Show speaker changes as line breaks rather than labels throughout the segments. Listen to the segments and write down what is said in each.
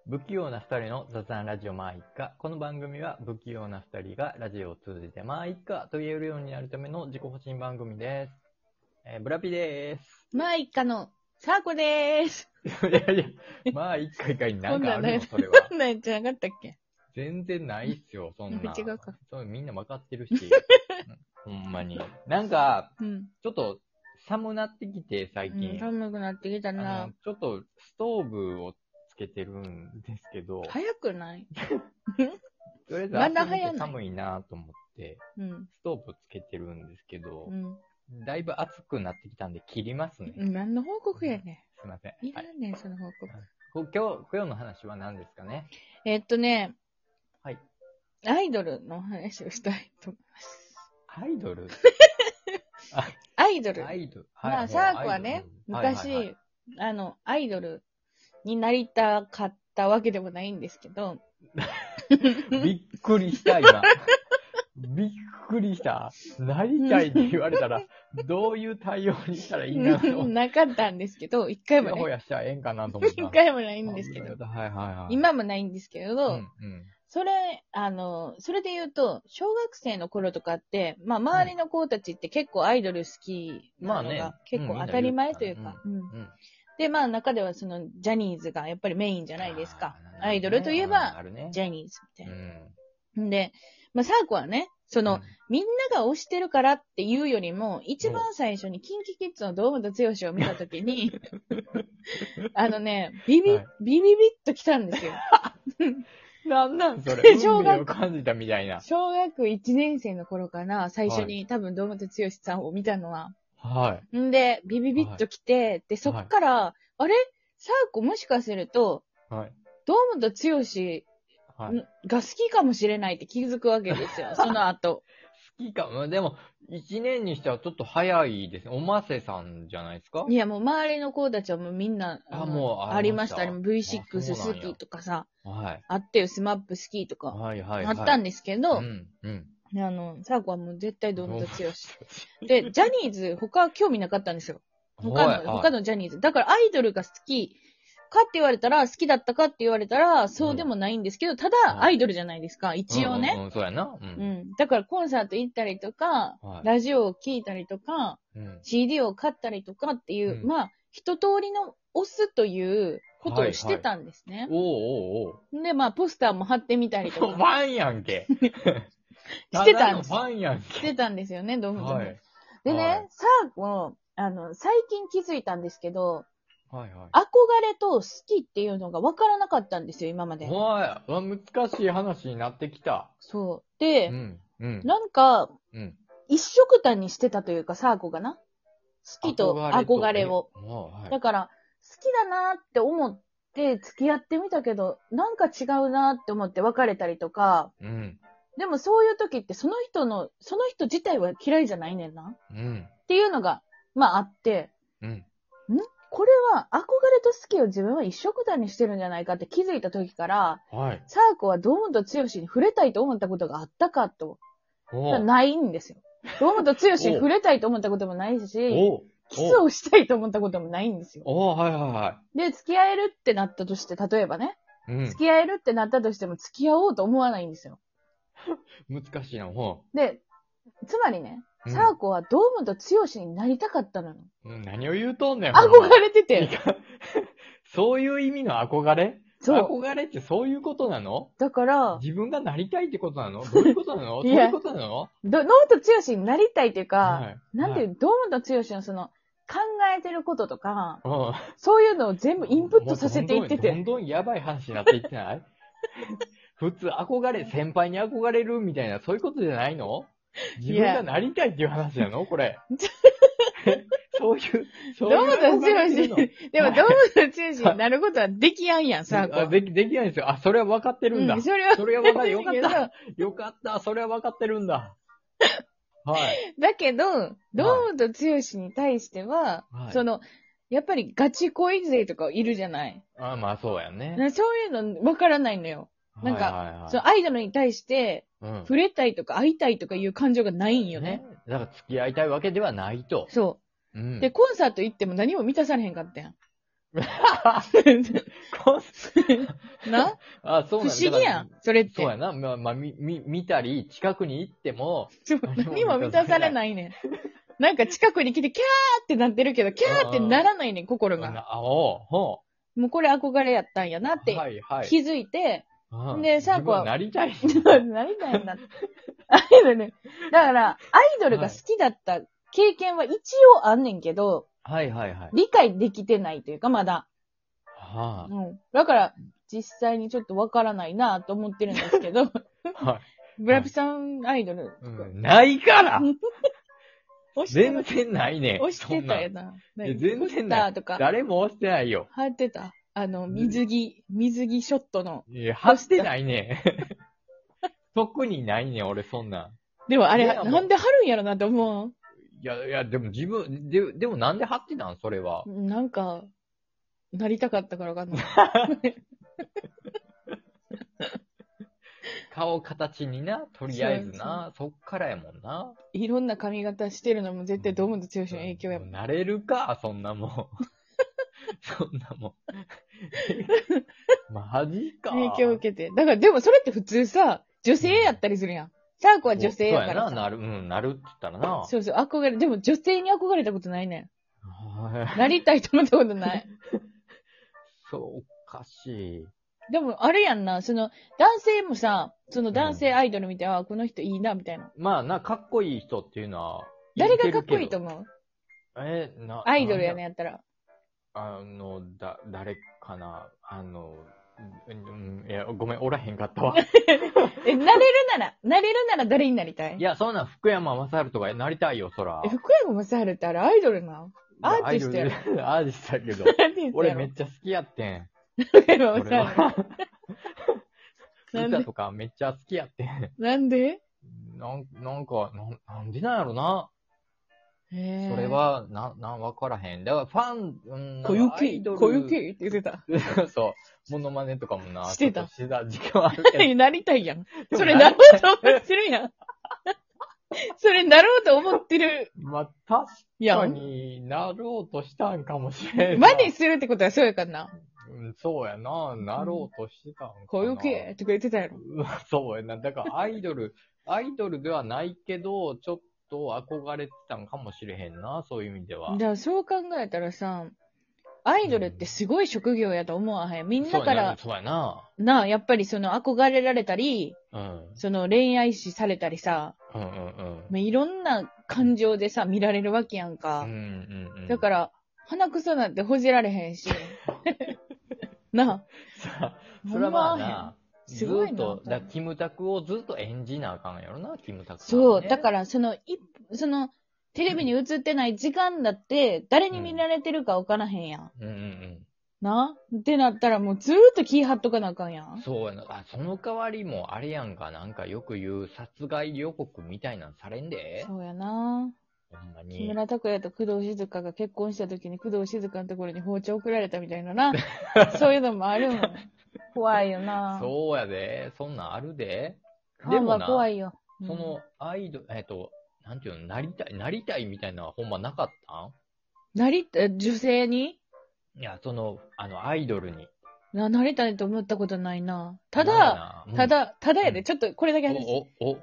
不器用な二人の雑談ラジオまあいっか。この番組は不器用な二人がラジオを通じてまあいっかと言えるようになるための自己保身番組です。ブラピで
まあ、一家の、サーコでーす。
ーす。いやいや、まあ一回になんかあるのそれは。
こんなんじゃなかったっけ？
全然ないっすよ、そんな。
違うか。
そうみんな分かってるし。ほんまに。なんか、ちょっと寒なってきて最近。
寒くなってきたな。
ちょっとストーブをつけてるんですけど。
早くない？
とりあえず
まだ
朝見
早ない
て寒いなと思って、ストーブつけてるんですけど、だいぶ暑くなってきたんで切りますね。
何の報告やね
すいません。
ん。いらんねん、その報告。
今日の話は何ですかね。
はい。アイドルの話をしたいと思います。
アイドル
アイドル。
ま
あ、サークはね、昔、アイドルになりたかったわけでもないんですけど。
びっくりした、今。びっくりした。なりたいって言われたら、どういう対応にしたらいいなと。
なかったんですけど、一回もね。
ほやしちゃええんかなと思った。
一回もないんですけど。今もないんですけど、それで言うと、小学生の頃とかって、まあ、周りの子たちって結構アイドル好きなのが結構当たり前というか。で、まあ、中ではその、ジャニーズがやっぱりメインじゃないですか。アイドルといえば、ジャニーズみたいな。で、まあ、サーコはね、みんなが推してるからっていうよりも、一番最初にキンキキッズの堂本剛を見たときに、ビビッと来たんですよ。
なんそれ運命を感じたみたいな。
小学1年生の頃かな、最初に多分堂本剛さんを見たのは。
はい。
んで、ビビビッと来て、で、そっから、あれサーコもしかすると、堂本剛が好きかもしれないって気づくわけですよ、その後。
好きかも。でも、1年にしてはちょっと早いですね。おませさんじゃないですか？
いや、もう周りの子たちはもうみんな、ありました。V6 好きとかさ、あってよ、スマップ好きとか、あったんですけど、サーコはもう絶対堂本剛。で、ジャニーズ、他興味なかったんですよ。他のジャニーズ。だからアイドルが好きかって言われたら、好きだったかって言われたら、そうでもないんですけど、ただ、アイドルじゃないですか、一応ね。
そうやな。
だからコンサート行ったりとか、ラジオを聴いたりとか、CD を買ったりとかっていう、まあ、一通りの推すということをしてたんですね。で、まあ、ポスターも貼ってみたりとか。
ファンやんけ。
してたんです。
ファンやんけ。
してたんですよね、どうも。でね、サーコ、最近気づいたんですけど、憧れと好きっていうのが分からなかったんですよ、今まで。
難しい話になってきた。
そう。で、なんか、一緒くたにしてたというか、サーコがな。好きと憧れを。だから、好きだなって思って付き合ってみたけど、なんか違うなって思って別れたりとか、でもそういう時ってその人自体は嫌いじゃないねんな。っていうのが、まああって、これは憧れと好きを自分は一緒くたにしてるんじゃないかって気づいた時から、サーコは堂本剛に触れたいと思ったことがあったかと。ないんですよ。堂本剛に触れたいと思ったこともないし、キスをしたいと思ったこともないんですよ。で、付き合えるってなったとして、例えばね。付き合えるってなったとしても付き合おうと思わないんですよ。
難しいな、
で、つまりね、サーコは堂本剛になりたかったのよ。
何を言うとんねん。
憧れてて。
そういう意味の憧れ？憧れってそういうことなの？
だから、
自分がなりたいってことなの？どういうことなの？そういうことなの？
堂本剛になりたいっていうか、なんていう、堂本剛の考えてることとか、そういうのを全部インプットさせていってて。
どんどんやばい話になっていってない普通先輩に憧れるみたいな、そういうことじゃないの？自分がなりたいっていう話なのこれ。そういう。
堂本剛でも堂本剛になることはできやんやん、サーコ。
できやんですよ。それは分かってるんだ。
それは
分かってる。よかった。よかった。それは分かってるんだ。
だけど、堂本剛に対しては、やっぱりガチ恋勢とかいるじゃない。
まあそうやね。
そういうの分からないのよ。なんか、アイドルに対して、触れたいとか会いたいとかいう感情がないんよね。
だから付き合いたいわけではないと。
そう。で、コンサート行っても何も満たされへんかったやん。 な
あ、そうなんだ。
不思議やん、それって。
そうやな。まあ、見たり、近くに行っても、
何も満たされないねん。なんか近くに来て、キャーってなってるけど、キャーってならないねん、心が。
ほ
う。もうこれ憧れやったんやなって気づいて、で、サーコは。
なりたい。
なりたいんだって。だから、アイドルが好きだった経験は一応あんねんけど、理解できてないというか、まだ。だから、実際にちょっとわからないなと思ってるんですけど、ブラピさんアイドル。
ないから全然ないね。
押してたよな。
全然ない。誰も押してないよ。
貼ってた。水着ショットの。
いや、貼ってないね。特にないね、俺そんな。
でもあれ、なんで貼るんやろなって思う。
いや、でもでもなんで貼ってたんそれは。
なんか、なりたかったからかな。
顔形にな、とりあえずな、そっからやもんな。
いろんな髪型してるのも絶対堂本剛の影響やもん。
なれるか、そんなもん。そんなもん。マジか。
影響受けて。だから、でもそれって普通さ、女性やったりするやん。サーコは女性やからさ。
そうやな、なるって言ったらな。
そう、憧れ、でも女性に憧れたことないねん。なりたいと思ったことない。
そう、おかしい。
でも、あれやんな、男性もさ、男性アイドル見て、この人いいな、みたいな。
まあかっこいい人っていうのは。
誰がかっこいいと思う？アイドルやねやったら。
誰かな。いや、ごめん、おらへんかったわ。
なれるなら誰になりたい？
いや、そんなん福山雅治とかなりたいよ、そら。
福山雅治ってあれアイドルな？アーティストやろ。
アーティストやけど。俺めっちゃ好きやってん。歌とかめっちゃ好きやってん。
なんで？
なんでなんやろな。それは、わからへん。だからファン、
小雪って言ってた。
そう。モノマネとかもな。
してた
時間あるけど。
なりたいやん。それなろうと思ってるやん。それなろうと思ってる。
まあ、確かになろうとしたんかもしれん。
真似するってことはそうやかな。
そうやな。なろうとしてたんかな。
小雪とか言ってたやろ。
そうやな。だからアイドルではないけど、ちょっと憧れてたんかもしれへんな。そういう意味では。
だからそう考えたらさ、アイドルってすごい職業やと思わへん。みんなから、
そうやな。
やっぱり憧れられたり、恋愛視されたりさ、いろんな感情でさ、見られるわけやんか。だから、鼻くそなんてほじられへんし。
それはまあな、ずっと、キムタクをずっと演じなあかんやろな、キムタク、ね。
そう、だからテレビに映ってない時間だって、誰に見られてるか分からへんやん。ってなったらもうずーっと気張っとかなあかんやん。
そうやな。その代わりもあれやんか、なんかよく言う殺害予告みたいなんされんで。
そうやな。ほんまに。木村拓哉と工藤静香が結婚した時に工藤静香のところに包丁送られたみたいなな。そういうのもあるもん。怖いよな。
そうやで。そんなんあるで。
でもな。怖いよ。
そのアイドル、なんていうの、なりたいみたいなのはほんまなかったん？
女性に？
いや、アイドルに。
なりたいと思ったことないな。ただやで、ちょっとこれだけ話して。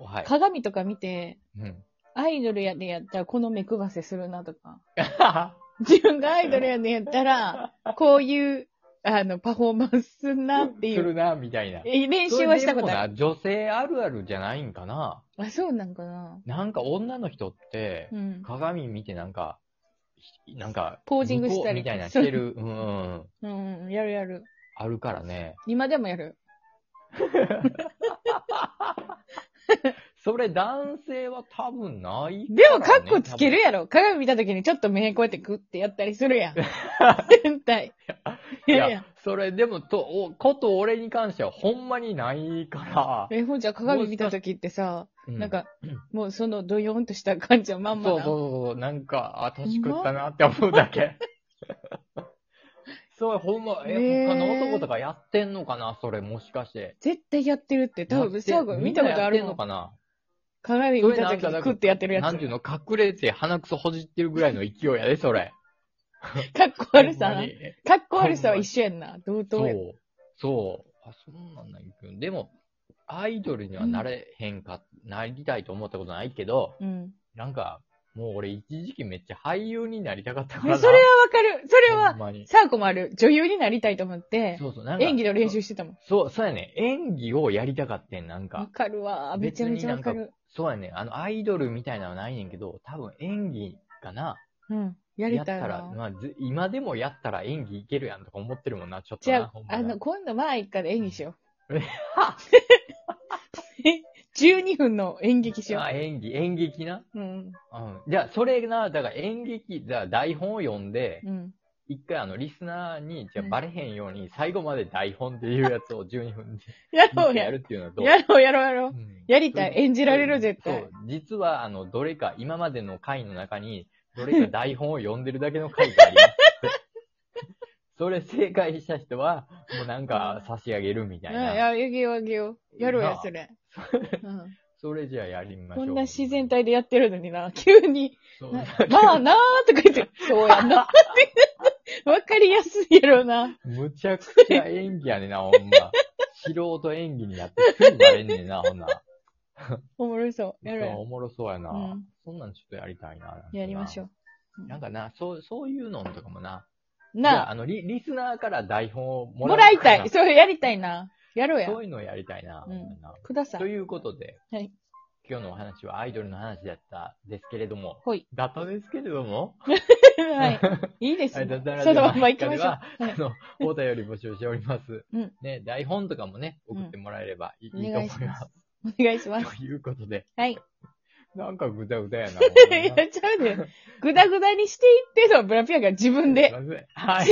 はい。鏡とか見て、アイドルやったらこの目配せするなとか。自分がアイドルやったら、こういう、パフォーマンスすんなっていう。
するな、みたいな。
練習はしたことある。
女性あるあるじゃないんかな。
そうなんかな。
なんか女の人って、鏡見てなんか、
ポージングしたり。
みたいなしてる。
やる。
あるからね。
今でもやる。
それ男性は多分ない、
ね。でもカッコつけるやろ。鏡見た時にちょっと目こうやってグッてやったりするやん。全体。
いや、それでもこと俺に関してはほんまにないから。
ほんじゃ鏡見た時ってさ、なんか、もうそのドヨーンとした感じはまんまな。
そう、なんか、年食ったなって思うだけ。そう、ほんま、他の男とかやってんのかなそれ、もしかして。
絶対やってるって、多分、そう見たことある
のかな
鏡見た時にクッてやってるやつ。
なんていうの、隠れて鼻くそほじってるぐらいの勢いやで、それ。
かっこ悪さな。かっこ悪さは一緒やんな。同等や。
そう。あ、そんなんないけど。でも、アイドルにはなれへんか、なりたいと思ったことないけど、なんか、もう俺一時期めっちゃ俳優になりたかったからな。
それはわかる。それは、サーコもある。女優になりたいと思って、演技の練習してたもん。
そうやね。演技をやりたかってん、なんか。
わかるわ。めちゃめちゃわかる。
そうやね。アイドルみたいなのはないねんけど、多分演技かな。
やりたいな。
やったら、まあ、今でもやったら演技いけるやんとか思ってるもんな、ちょっと
な。じゃあ、今度まあ一回で演技しよう。12分の演劇しよう。
演劇な。じゃあ、それな、だから演劇、じゃあ台本を読んで、一回リスナーに、じゃあバレへんように、最後まで台本っていうやつを12分でやるっていうのと。
やろう。やりたい。演じられる、絶対。
そう。実は、どれか、今までの回の中に、どれか台本を読んでるだけの回があります。それ正解した人は、もうなんか差し上げるみたいな。
あげよう。やろうや、それ。
それじゃあやりましょう。
こんな自然体でやってるのにな、急に。まあなーとか言って、そうやな。わかりやすいやろな。
むちゃくちゃ演技やねんな、ほんま。素人演技になってすぐバレんねんな、ほんな。
おもろそう。
やるやん。おもろそうやな。そんなんちょっとやりたいな。
やりましょ
う。なんかな、そういうのとかもな。なあ、リスナーから台本を
もらいたい。それやりたいな。やろうや。
そういうのをやりたいな。
ください。
ということで、今日のお話はアイドルの話だったですけれども。だったですけれども。
はい。いいですね。そのまま行きましょう。
お便り募集しております。ね、台本とかもね、送ってもらえればいいと思います。
お願いします。
ということで。
はい。
なんかぐだぐだやな。
やっちゃうで。ぐだぐだにしていってのはブラピアが自分で。
はい。